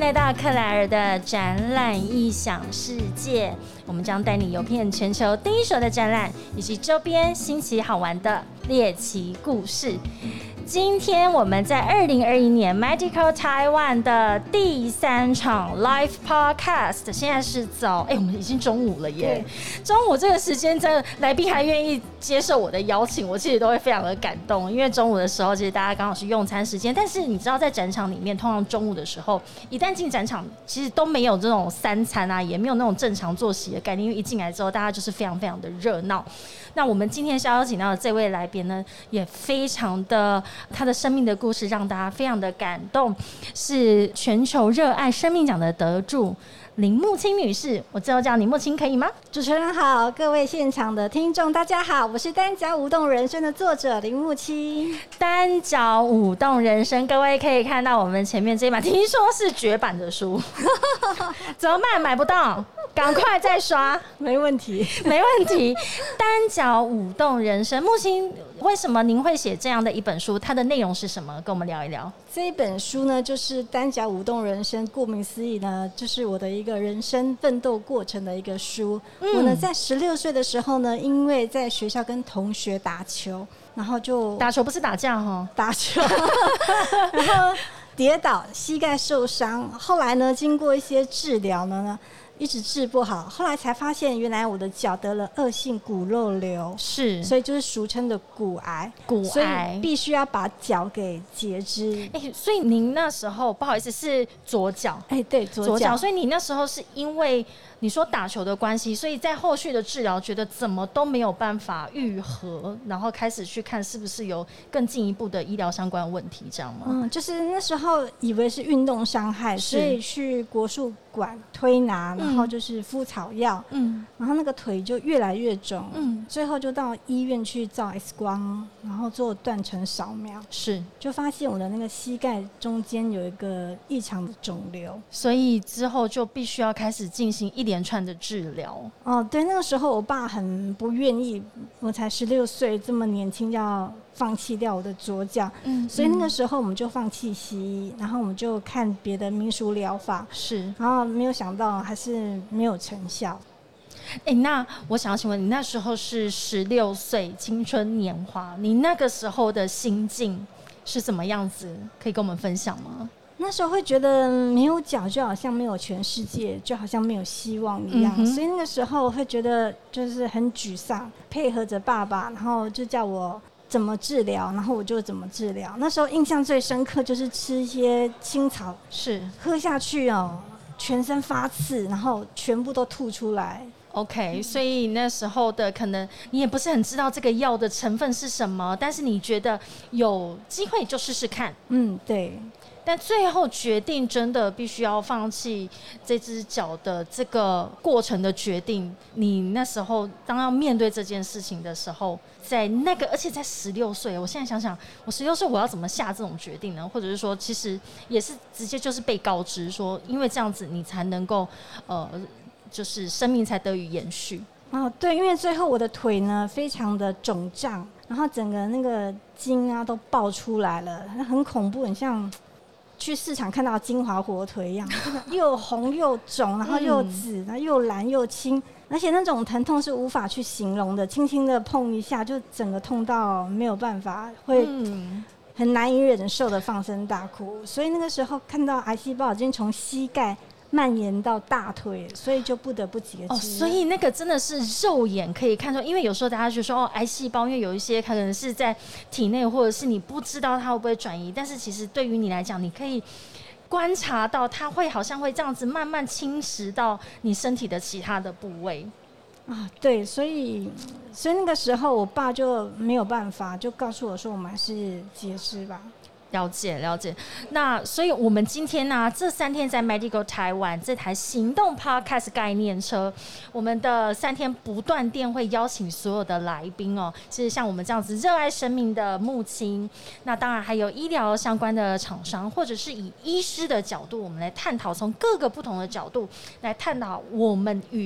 来到克莱尔的展览异想世界，我们将带你游遍全球第一手的展览，以及周边新奇好玩的猎奇故事。今天我们在2021年 Medical Taiwan 的第3场 Live Podcast， 现在是我们已经中午了耶！中午这个时间，真的来宾还愿意接受我的邀请，我其实都会非常的感动。因为中午的时候，其实大家刚好是用餐时间，但是你知道，在展场里面，通常中午的时候，一旦进展场，其实都没有这种3餐啊，也没有那种正常作息的概念，因为一进来之后，大家就是非常非常的热闹。那我们今天邀请到的这位来宾呢，也非常的他的生命的故事让大家非常的感动，是全球热爱生命奖的得主林木青女士。我最后叫你木青可以吗？ 主持人好，各位现场的听众大家好，我是单脚舞动人生的作者林木青。 单脚舞动人生，各位可以看到我们前面这一版，听说是绝版的书怎么办？买不到，赶快再刷。 没问题没问题。单脚舞动人生，木青，为什么您会写这样的一本书？它的内容是什么？跟我们聊一聊。 这一本书呢，就是单脚舞动人生，顾名思义呢，就是我的一个人生奋斗过程的一个书。我呢在16岁的时候呢，因为在学校跟同学打球，然后就打球不是打架齁， 打球然后跌倒，膝盖受伤，后来呢经过一些治疗呢一直治不好，后来才发现原来我的脚得了恶性骨肉瘤， 是， 所以就是俗称的骨癌。所以必须要把脚给截肢。 所以您那时候不好意思是左脚， 对，左脚。 所以你那时候是因为你说打球的关系，所以在后续的治疗觉得怎么都没有办法愈合，然后开始去看是不是有更进一步的医疗相关问题，这样吗？ 就是那时候以为是运动伤害，所以去国术馆推拿，然后就是敷草药，然后那个腿就越来越肿，最后就到医院去照 X 光，然后做断层扫描， 是， 就发现我的那个膝盖中间有一个异常的肿瘤， 所以之后就必须要开始进行一连串的治疗。 对，那个时候我爸很不愿意，我才16岁，这么年轻就要放弃掉我的左脚，所以那个时候我们就放弃西医，然后我们就看别的民俗疗法， 是， 然后没有想到还是没有成效。 那我想要请问你那时候是16岁，青春年华，你那个时候的心境是怎么样子？可以跟我们分享吗？ 那时候会觉得没有脚就好像没有全世界，就好像没有希望一样，所以那个时候会觉得就是很沮丧，配合着爸爸，然后就叫我怎么治疗，然后我就怎么治疗。那时候印象最深刻就是吃一些青草， 是喝下去全身发刺，然后全部都吐出来。 OK， 所以那时候的可能你也不是很知道这个药的成分是什么，但是你觉得有机会就试试看。 对。 但最后决定真的必须要放弃这只脚的这个过程的决定，你那时候当要面对这件事情的时候，在那个而且在16岁，我现在想想，我16岁我要怎么下这种决定呢？或者是说，其实也是直接就是被告知说，因为这样子你才能够就是生命才得以延续。 对，因为最后我的腿呢非常的肿胀，然后整个那个筋啊都爆出来了，很恐怖，很像去市场看到金华火腿一样，又红又肿，然后又紫，然后又蓝又青，而且那种疼痛是无法去形容的，轻轻的碰一下就整个痛到没有办法，会很难以忍受的放声大哭。所以那个时候看到癌细胞已经从膝盖蔓延到大腿，所以就不得不截肢。 所以那个真的是肉眼可以看出，因为有时候大家就说癌细胞，因为有一些可能是在体内，或者是你不知道它会不会转移，但是其实对于你来讲，你可以观察到它会好像会这样子慢慢侵蚀到你身体的其他的部位。 对，所以那个时候我爸就没有办法，就告诉我说我们还是截肢吧。 了解。那所以我们今天呢，这3天在 Medical Taiwan 这台行动 Podcast 概念车，我们的3天不断电会邀请所有的来宾其实像我们这样子热爱生命的木青，那当然还有医疗相关的厂商，或者是以医师的角度，我们来探讨，从各个不同的角度来探讨我们与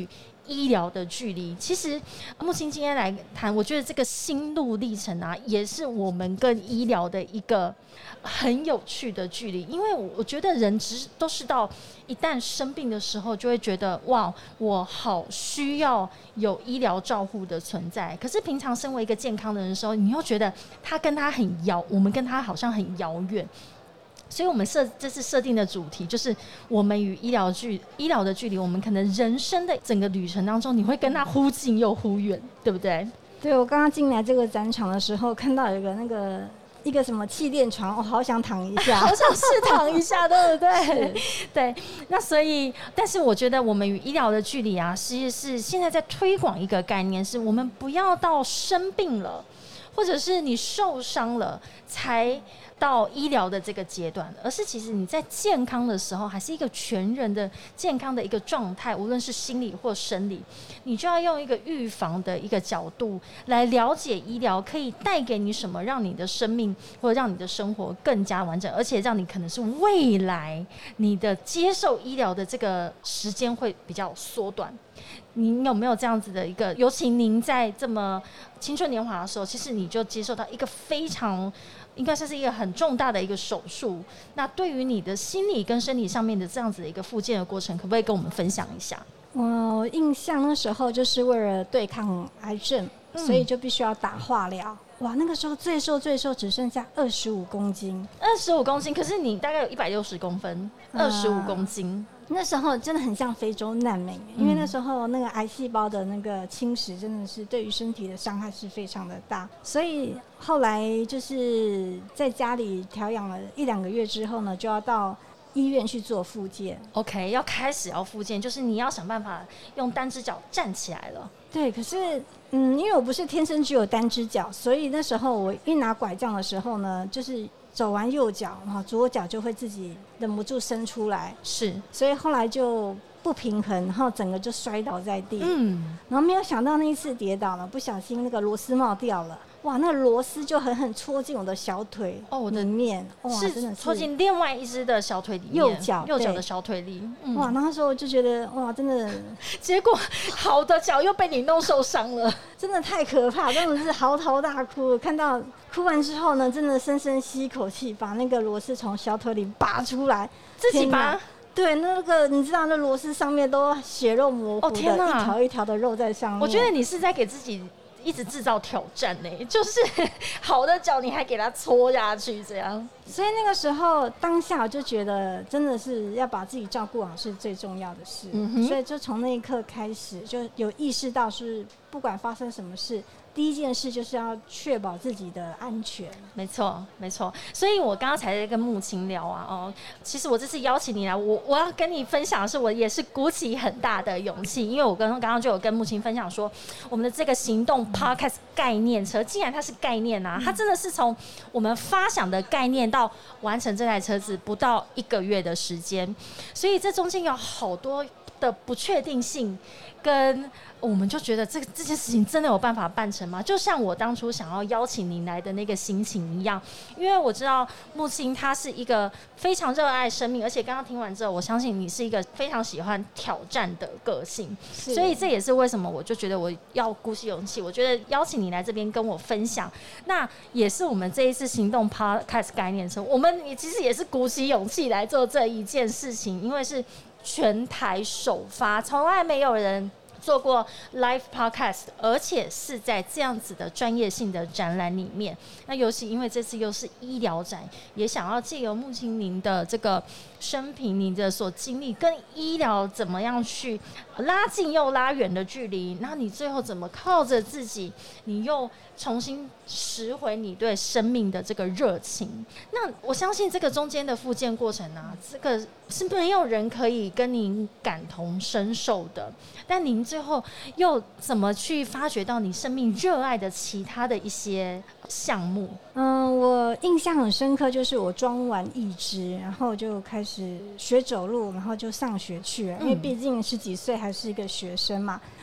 医疗的距离。其实木青今天来谈，我觉得这个心路历程啊，也是我们跟医疗的一个很有趣的距离。因为我觉得人都是到一旦生病的时候，就会觉得哇，我好需要有医疗照护的存在。可是平常身为一个健康的人的时候，你又觉得我们跟他好像很遥远。所以我们这次设定的主题就是我们与医疗的距离，我们可能人生的整个旅程当中，你会跟他忽近又忽远，对不对？ 对，我刚刚进来这个展场的时候，看到有一个什么气垫床，我好想躺一下， 好想试躺一下，对不对？对。那所以，但是我觉得我们与医疗的距离啊，其实是现在在推广一个概念，是我们不要到生病了，或者是你受伤了才到医疗的这个阶段，而是其实你在健康的时候，还是一个全人的健康的一个状态，无论是心理或生理，你就要用一个预防的一个角度来了解医疗可以带给你什么，让你的生命或者让你的生活更加完整，而且让你可能是未来你的接受医疗的这个时间会比较缩短。您有没有这样子的一个，尤其您在这么青春年华的时候，其实你就接受到一个非常应该算是一个很重大的一个手术，那对于你的心理跟生理上面的这样子的一个复健的过程，可不可以跟我们分享一下？ 我印象那时候就是为了对抗癌症，所以就必须要打化疗。哇，那个时候最瘦只剩下25公斤。 25公斤，可是你大概有160公分，25公斤。 那时候真的很像非洲难民，因为那时候那个癌细胞的那个侵蚀真的是对于身体的伤害是非常的大，所以后来就是在家里调养了1-2个月之后呢，就要到医院去做复健。 OK， 要开始要复健，就是你要想办法用单只脚站起来了。 对，可是因为我不是天生只有单只脚，所以那时候我一拿拐杖的时候呢，就是走完右脚，然后左脚就会自己忍不住伸出来， 是， 所以后来就不平衡，然后整个就摔倒在地。然后没有想到那一次跌倒了，不小心那个螺丝帽掉了，哇，那个螺丝就狠狠戳进我的小腿里面，哇，真的是戳进另外一只的小腿里面，右脚的小腿里。 哇，那时候就觉得哇，真的， 结果好的脚又被你弄受伤了， 真的太可怕，真的是嚎啕大哭。看到哭完之后呢，真的深深吸一口气，把那个螺丝从小腿里拔出来， 自己拔。 对，那个你知道，那螺丝上面都血肉模糊的，一条一条的肉在上面。 我觉得你是在给自己一直制造挑战呢，就是好的脚你还给它戳下去这样。 所以那个时候当下我就觉得真的是要把自己照顾好是最重要的事。所以就从那一刻开始就有意识到，是不管发生什么事，第一件事就是要确保自己的安全。没错没错。所以我刚刚才在跟木青聊啊，其实我这次邀请你来，我要跟你分享的是，我也是鼓起很大的勇气，因为我刚刚就有跟木青分享说，我们的这个行动 Podcast 概念车，既然它是概念啊，它真的是从我们发想的概念到完成这台车子不到1个月的时间，所以这中间有好多的不确定性，跟我们就觉得这件事情真的有办法办成吗？就像我当初想要邀请您来的那个心情一样，因为我知道木青他是一个非常热爱生命，而且刚刚听完之后，我相信你是一个非常喜欢挑战的个性，所以这也是为什么我就觉得我要鼓起勇气，我觉得邀请你来这边跟我分享，那也是我们这一次行动 Podcast 概念车，我们其实也是鼓起勇气来做这一件事情，因为是全台首发，从来没有人做过 live podcast， 而且是在这样子的专业性的展览里面。那尤其因为这次又是医疗展，也想要借由木青您的这个生平，您的所经历跟医疗怎么样去拉近又拉远的距离，那你最后怎么靠着自己，你又重新拾回你对生命的这个热情。那我相信这个中间的复健过程啊，这个是没有人可以跟您感同身受的，但您最后又怎么去发掘到你生命热爱的其他的一些项目？ 我印象很深刻，就是我装完义肢，然后就开始学走路，然后就上学去了，因为毕竟10几岁还是一个学生嘛。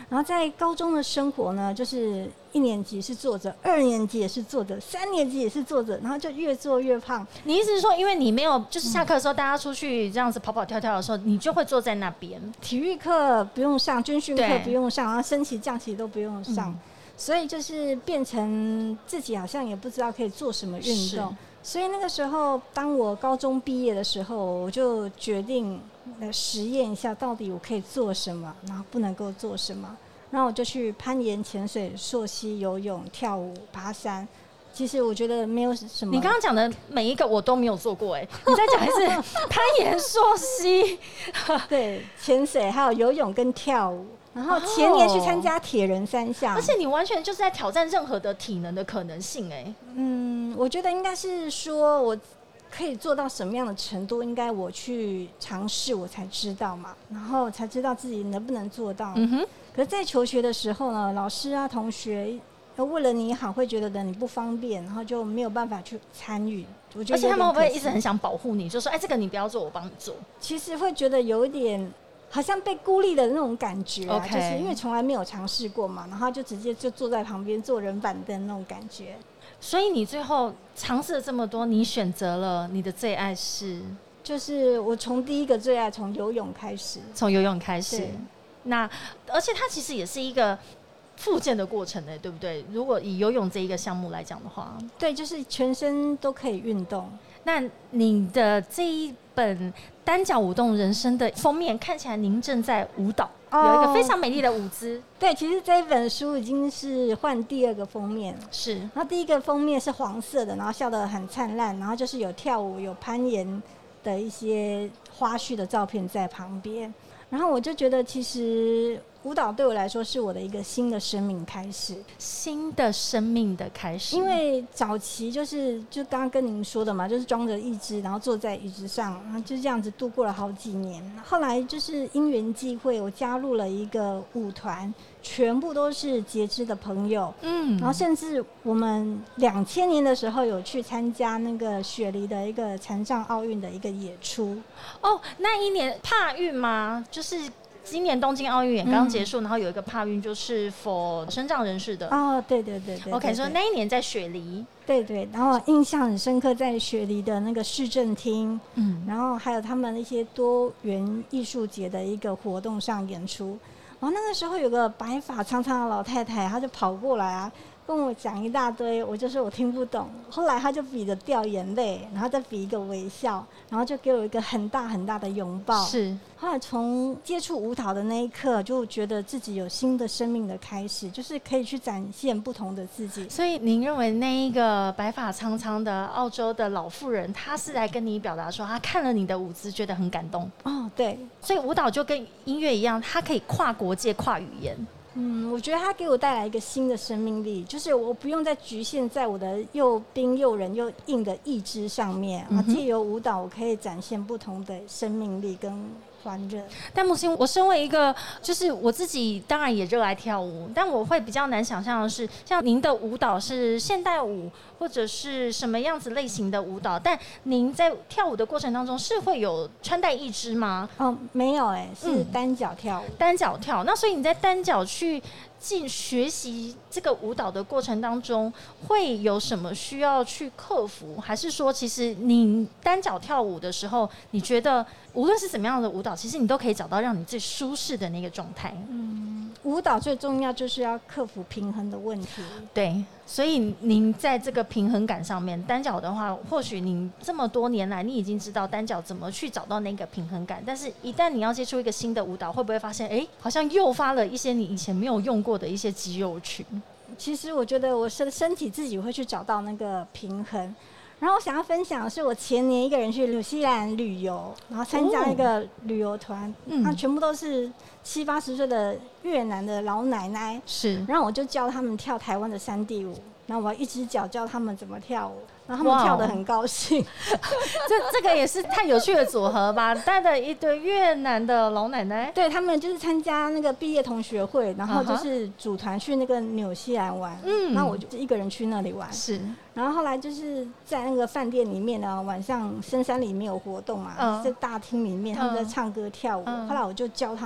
然后在高中的生活呢，就是1年级是坐着，2年级也是坐着，3年级也是坐着，然后就越坐越胖。 你意思是说，因为你没有就是下课的时候大家出去这样子跑跑跳跳的时候，你就会坐在那边？ 体育课不用上，军训课不用上，然后升旗降旗都不用上，所以就是变成自己好像也不知道可以做什么运动。所以那个时候，当我高中毕业的时候，我就决定来实验一下，到底我可以做什么，然后不能够做什么。然后我就去攀岩、潜水、溯溪、游泳、跳舞、爬山。其实我觉得没有什么。 你刚刚讲的每一个我都没有做过，你再讲一次，攀岩、溯溪， 对，潜水还有游泳跟跳舞。然后前年去参加铁人3项， 而且你完全就是在挑战任何的体能的可能性。 我觉得应该是说我可以做到什么样的程度，应该我去尝试我才知道嘛，然后才知道自己能不能做到。可是在求学的时候呢，老师啊同学为了你好会觉得你不方便，然后就没有办法去参与。我觉得而且他们会不会一直很想保护你，就说这个你不要做，我帮你做？ 其实会觉得有一点好像被孤立的那种感觉就是因为从来没有尝试过嘛，然后就直接就坐在旁边坐人板凳那种感觉。 所以你最后尝试了这么多，你选择了你的最爱是？ 就是我从第一个最爱从游泳开始。 从游泳开始。那而且它其实也是一个复健的过程对不对？如果以游泳这一个项目来讲的话， 对，就是全身都可以运动。 那你的这一本单脚舞动人生的封面看起来您正在舞蹈，有一个非常美丽的舞姿。 对，其实这一本书已经是换第2个封面了。 是， 然后第一个封面是黄色的，然后笑得很灿烂，然后就是有跳舞有攀岩的一些花絮的照片在旁边。然后我就觉得其实舞蹈对我来说是我的一个新的生命开始， 新的生命的开始。 因为早期就刚刚跟您说的嘛，就是装着一只，然后坐在椅子上，然后就这样子度过了好几年。后来就是因缘际会，我加入了一个舞团，全部都是截肢的朋友。然后甚至我们2000年的时候有去参加那个雪梨的一个残障奥运的一个演出。 那一年帕运吗？就是今年东京奥运也刚结束，然后有一个帕运就是 for 身障人士的。 对 OK， 所以那一年在雪梨。 对，然后印象很深刻，在雪梨的那个市政厅，然后还有他们一些多元艺术节的一个活动上演出。然后那个时候有个白发苍苍的老太太，她就跑过来啊，跟我讲一大堆，我就说我听不懂。后来她就比着掉眼泪，然后再比一个微笑，然后就给我一个很大很大的拥抱。 是。 后来从接触舞蹈的那一刻，就觉得自己有新的生命的开始，就是可以去展现不同的自己。 所以您认为那一个白发苍苍的澳洲的老妇人，她是来跟你表达说，她看了你的舞姿觉得很感动？ 对。所以舞蹈就跟音乐一样，它可以跨国界、跨语言。 我觉得它给我带来一个新的生命力，就是我不用再局限在我的又冰又冷又硬的意志上面，借由舞蹈我可以展现不同的生命力跟欢乐。 但木星，我身为一个就是我自己当然也热爱跳舞，但我会比较难想象的是，像您的舞蹈是现代舞或者是什么样子类型的舞蹈，但您在跳舞的过程当中是会有穿戴义肢吗？ 没有是单脚跳舞。 单脚跳。那所以你在单脚去学习这个舞蹈的过程当中，会有什么需要去克服？还是说，其实你单脚跳舞的时候，你觉得无论是怎么样的舞蹈，其实你都可以找到让你最舒适的那个状态？ 舞蹈最重要就是要克服平衡的问题。 对，所以您在这个平衡感上面，单脚的话，或许您这么多年来，你已经知道单脚怎么去找到那个平衡感，但是一旦你要接触一个新的舞蹈，会不会发现，好像诱发了一些你以前没有用过的一些肌肉群？ 其实我觉得我身体自己会去找到那个平衡。然后我想要分享的是，我前年一个人去纽西兰旅游，然后参加一个旅游团，他全部都是70、80岁的越南的老奶奶， 是， 然后我就教他们跳台湾的山地舞，然后我一只脚教他们怎么跳舞，然后他们跳得很高兴。 这个也是太有趣的组合吧，带了一堆越南的老奶奶。 对，他们就是参加那个毕业同学会，然后就是组团去那个纽西兰玩，然后我就一个人去那里玩。 是， 然后后来就是在那个饭店里面呢，晚上深山里面有活动嘛，在大厅里面他们在唱歌跳舞，后来我就教他们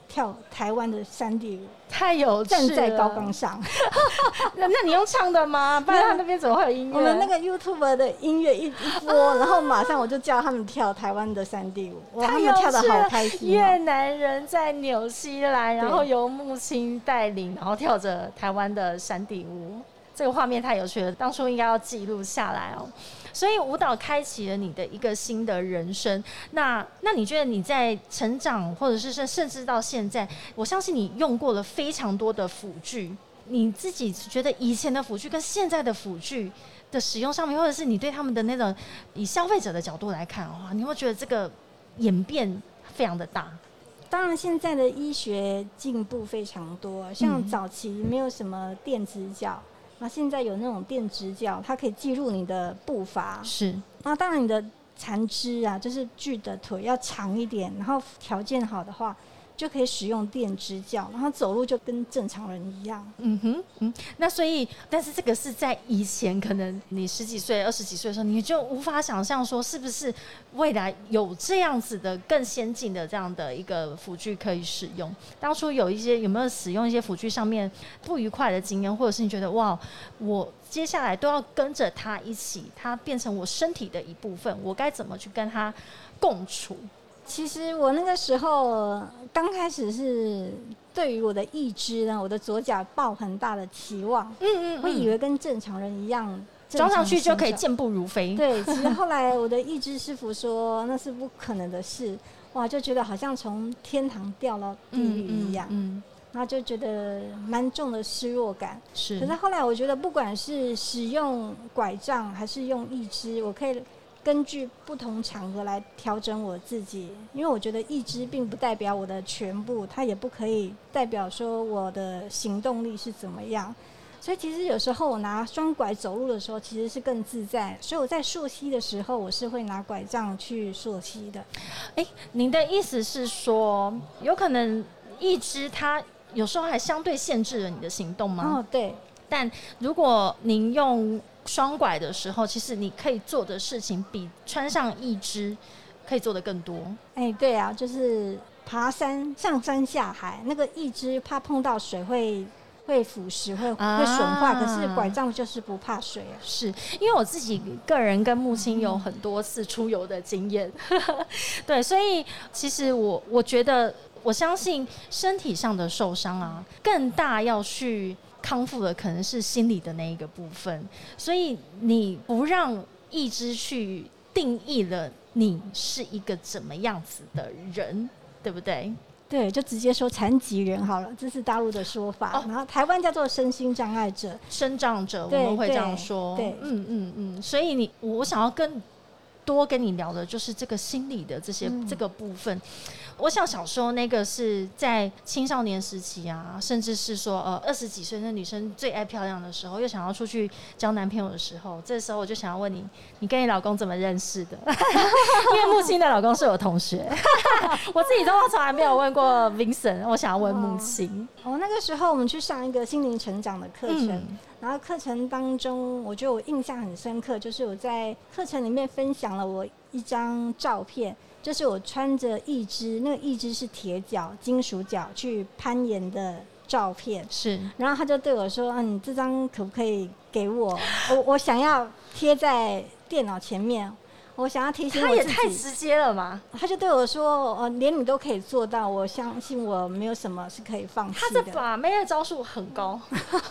跳台湾的山地舞， 太有趣了， 站在高岗上。 那你用唱的吗？不然他那边怎么会有音乐？ 我们那个 YouTube 的音乐一播，然后马上我就叫他们跳台湾的山地舞，哇，他们跳得好开心。 越南人在纽西兰，然后由木青带领，然后跳着台湾的山地舞，这个画面太有趣了，当初应该要记录下来哦。所以舞蹈开启了你的一个新的人生。那你觉得你在成长，或者是甚至到现在，我相信你用过了非常多的辅具，你自己觉得以前的辅具跟现在的辅具的使用上面，或者是你对他们的那种以消费者的角度来看的话，你会觉得这个演变非常的大？ 当然，现在的医学进步非常多，像早期没有什么电指脚。那现在有那种电指脚，它可以记录你的步伐。 是。 那当然你的残肢啊，就是锯的腿要长一点，然后条件好的话，就可以使用电指脚，然后走路就跟正常人一样。 那所以，但是这个是在以前，可能你10几岁、20几岁的时候，你就无法想象说，是不是未来有这样子的更先进的这样的一个辅具可以使用？当初有没有使用一些辅具上面不愉快的经验，或者是你觉得哇，我接下来都要跟着它一起，它变成我身体的一部分，我该怎么去跟它共处？ 其实我那个时候刚开始是对于我的义肢呢，我的左脚抱很大的期望，我以为跟正常人一样， 装上去就可以健步如飞。 对，其实后来我的义肢师傅说那是不可能的事，哇，就觉得好像从天堂掉到地狱一样，然后就觉得蛮重的失落感。 是， 可是后来我觉得不管是使用拐杖还是用义肢，我可以根据不同场合来调整我自己，因为我觉得义肢并不代表我的全部，它也不可以代表说我的行动力是怎么样。所以其实有时候我拿双拐走路的时候其实是更自在，所以我在溯溪的时候我是会拿拐杖去溯溪的。 您的意思是说有可能义肢它有时候还相对限制了你的行动吗？ 对。 但如果您用双拐的时候，其实你可以做的事情比穿上义肢可以做的更多。 对啊，就是爬山、上山下海，那个义肢怕碰到水会腐蚀、会损坏，可是拐杖就是不怕水啊。 是因为我自己个人跟木青有很多次出游的经验，对，所以其实我觉得，我相信身体上的受伤啊，更大要去康复的可能是心理的那一个部分，所以你不让义肢去定义了你是一个怎么样子的人，对不对？ 对，就直接说残疾人好了，这是大陆的说法，然后台湾叫做身心障碍者、 身障者，我们会这样说。 对， 所以我想要多跟你聊的就是这个心理的这个部分。我想小时候那个是在青少年时期啊，甚至是说20几岁的女生最爱漂亮的时候，又想要出去交男朋友的时候，这时候我就想要问你，你跟你老公怎么认识的？因为木青的老公是我同学，我自己都从来没有问过 Vincent， 我想要问木青。 那个时候我们去上一个心灵成长的课程，然后课程当中，我觉得我印象很深刻，就是我在课程里面分享了我一张照片。就是我穿着义肢，那个义肢是铁脚、金属脚去攀岩的照片。 是， 然后他就对我说：“你这张可不可以给我？我想要贴在电脑前面，我想要提醒我自己。” 他也太直接了嘛！ 他就对我说：“连你都可以做到，我相信我没有什么是可以放弃的。” 他这把妹的招数很高。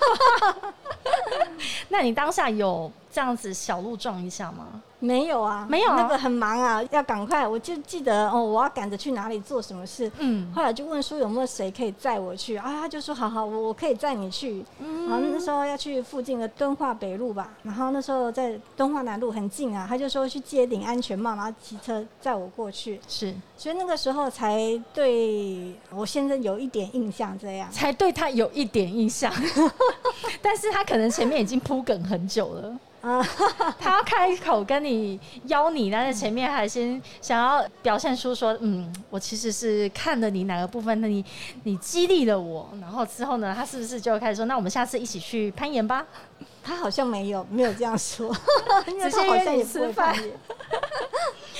那你当下有这样子小鹿撞一下吗？ 没有啊， 没有， 那个很忙啊，要赶快。我就记得我要赶着去哪里做什么事。后来就问说有没有谁可以载我去啊？他就说好，我可以载你去。然后那时候要去附近的敦化北路吧，然后那时候在敦化南路很近啊，他就说去接顶安全帽，然后骑车载我过去。 是， 所以那个时候才对我先生有一点印象，这样才对他有一点印象。但是他可能前面已经铺梗很久了。他要开口跟你邀你，但是前面还先想要表现出说，我其实是看了你哪个部分，那你激励了我，然后之后呢，他是不是就开始说，那我们下次一起去攀岩吧？ 他好像没有这样说， 直接约你吃饭。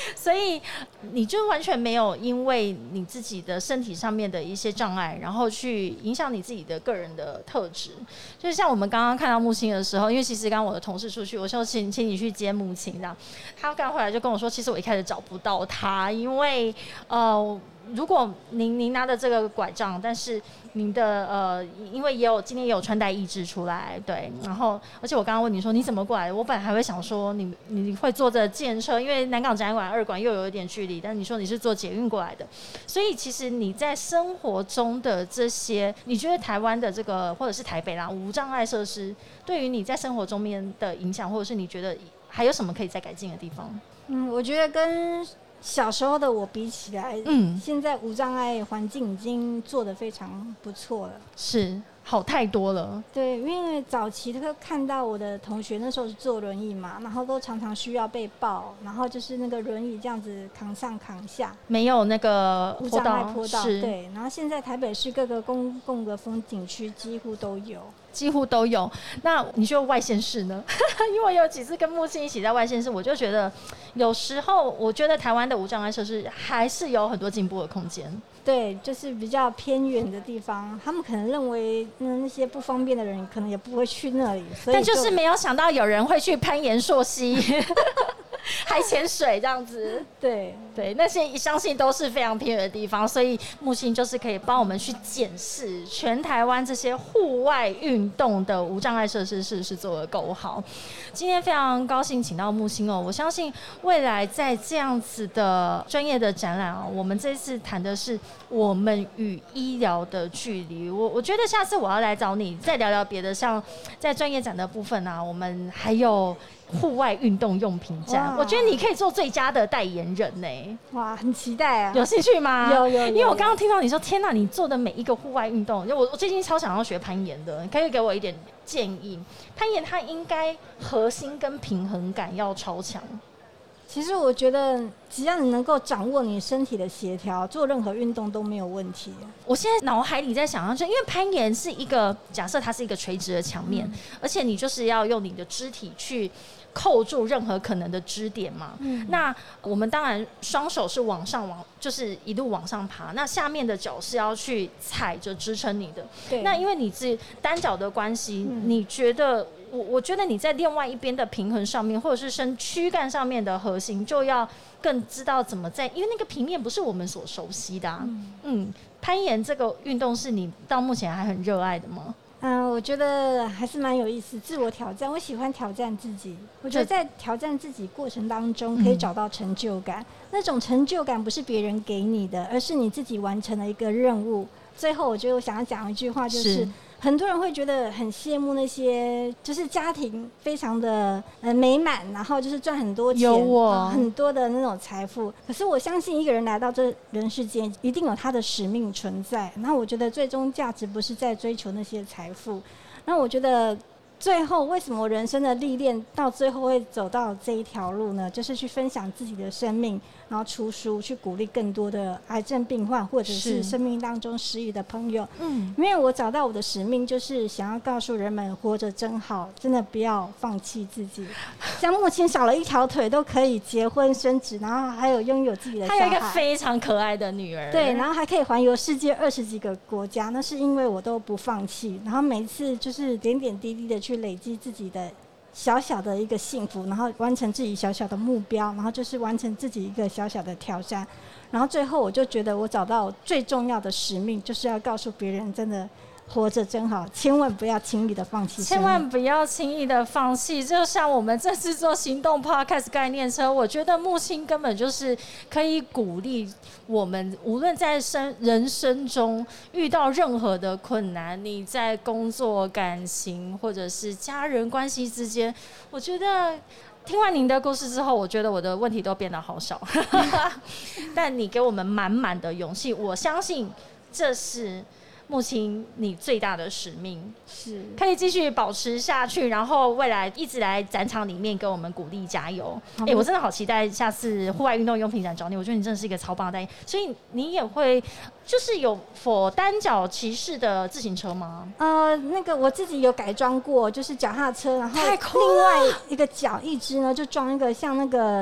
所以你就完全没有因为你自己的身体上面的一些障碍，然后去影响你自己的个人的特质。就像我们刚刚看到木星的时候，因为其实刚刚我的同事出去，我说请你去接木星这样，他刚回来就跟我说，其实我一开始找不到他，因为如果您拿的这个拐杖，但是您的因为今天也有穿戴义肢出来，对，然后而且我刚刚问你说你怎么过来的，我本来还会想说你会坐着计程车，因为南港展览馆2馆又有一点距离，但是你说你是坐捷运过来的，所以其实你在生活中的这些，你觉得台湾的这个或者是台北啦无障碍设施，对于你在生活中面的影响，或者是你觉得还有什么可以再改进的地方？ 我觉得跟小时候的我比起来，现在无障碍环境已经做得非常不错了， 是好太多了。 对，因为早期都看到我的同学那时候是坐轮椅嘛，然后都常常需要被抱，然后就是那个轮椅这样子扛上扛下， 没有那个无障碍坡道，对。然后现在台北市各个公共的风景区几乎都有。那你觉得外县市呢？因为我有几次跟木星一起在外县市，我就觉得有时候我觉得台湾的无障碍设施还是有很多进步的空间。 对，就是比较偏远的地方，他们可能认为那些不方便的人可能也不会去那里，所以但就是没有想到有人会去攀岩溯溪还潜水这样子。 对， 那些相信都是非常偏远的地方，所以木星就是可以帮我们去检视全台湾这些户外运动的无障碍设施是不是做得够好。今天非常高兴请到木星我相信未来在这样子的专业的展览我们这次谈的是我们与医疗的距离。我觉得下次我要来找你再聊聊别的，像在专业展的部分我们还有户外运动用品展，我觉得你可以做最佳的代言人呢。 哇，很期待啊！ 有兴趣吗？ 有， 因为我刚刚听到你说，天哪，你做的每一个户外运动，我最近超想要学攀岩的，你可以给我一点建议。攀岩它应该核心跟平衡感要超强。 其实我觉得，只要你能够掌握你身体的协调，做任何运动都没有问题。 我现在脑海里在想象，就因为攀岩是一个假设它是一个垂直的墙面，而且你就是要用你的肢体去扣住任何可能的支点嘛。那我们当然双手是就是一路往上爬，那下面的脚是要去踩着支撑你的。对。那因为你是单脚的关系，你觉得？我觉得你在另外一边的平衡上面，或者是躯干上面的核心，就要更知道怎么因为那个平面不是我们所熟悉的攀岩这个运动是你到目前还很热爱的吗？ 我觉得还是蛮有意思，自我挑战，我喜欢挑战自己。我觉得在挑战自己过程当中，可以找到成就感。那种成就感不是别人给你的，而是你自己完成了一个任务。最后，我觉得我想要讲一句话，就是很多人会觉得很羡慕那些就是家庭非常的美满，然后就是赚很多钱，很多的那种财富。可是我相信一个人来到这人世间，一定有他的使命存在。然后我觉得最终价值不是在追求那些财富。然后我觉得最后为什么人生的历练到最后会走到这一条路呢？就是去分享自己的生命，然后出书去鼓励更多的癌症病患或者是生命当中失意的朋友。因为我找到我的使命，就是想要告诉人们活着真好，真的不要放弃自己。像目前少了一条腿都可以结婚生子，然后还有拥有自己的小孩， 还有一个非常可爱的女儿。 对，然后还可以环游世界20几个国家，那是因为我都不放弃，然后每次就是点点滴滴的去累积自己的小小的一个幸福，然后完成自己小小的目标，然后就是完成自己一个小小的挑战，然后最后我就觉得我找到最重要的使命，就是要告诉别人真的活着真好，千万不要轻易的放弃， 千万不要轻易的放弃。就像我们这次做行动 Podcast 概念车，我觉得木星根本就是可以鼓励我们，无论在人生中遇到任何的困难，你在工作、感情或者是家人关系之间，我觉得听完您的故事之后，我觉得我的问题都变得好少但你给我们满满的勇气，我相信这是木星你最大的使命，是可以继续保持下去，然后未来一直来展场里面给我们鼓励加油。我真的好期待下次户外运动用品展找你，我觉得你真的是一个超棒的代言。所以你也会就是有否单脚骑士的自行车吗？ 那个我自己有改装过，就是脚踏车，然后另外一个脚一只呢就装一个像那个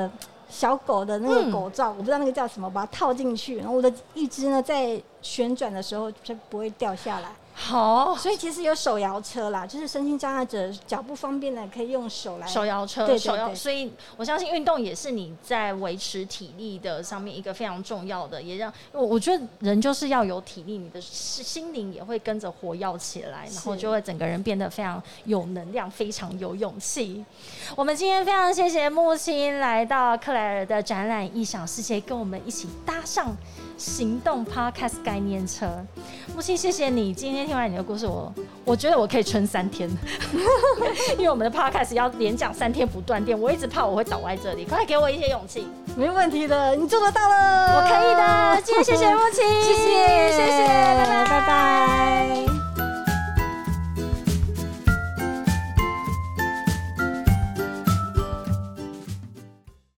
小狗的那个狗罩，我不知道那个叫什么，把它套进去，然后我的一只呢在旋转的时候就不会掉下来。 好， 所以其实有手摇车啦，就是身心障碍者脚不方便的可以用手来手摇车， 对， 所以我相信运动也是你在维持体力的上面一个非常重要的，也让我觉得人就是要有体力，你的心灵也会跟着活跃起来，然后就会整个人变得非常有能量，非常有勇气。我们今天非常谢谢木青来到克莱尔的展览异想世界，跟我们一起搭上行动 Podcast 概念车。木青，谢谢你今天听完你的故事，我觉得我可以撑3天，因为我们的 Podcast 要连讲3天不断电，我一直怕我会倒在这里，快给我一些勇气。 没问题的，你做得到了， 我可以的。今天谢谢木青， 谢谢，拜拜。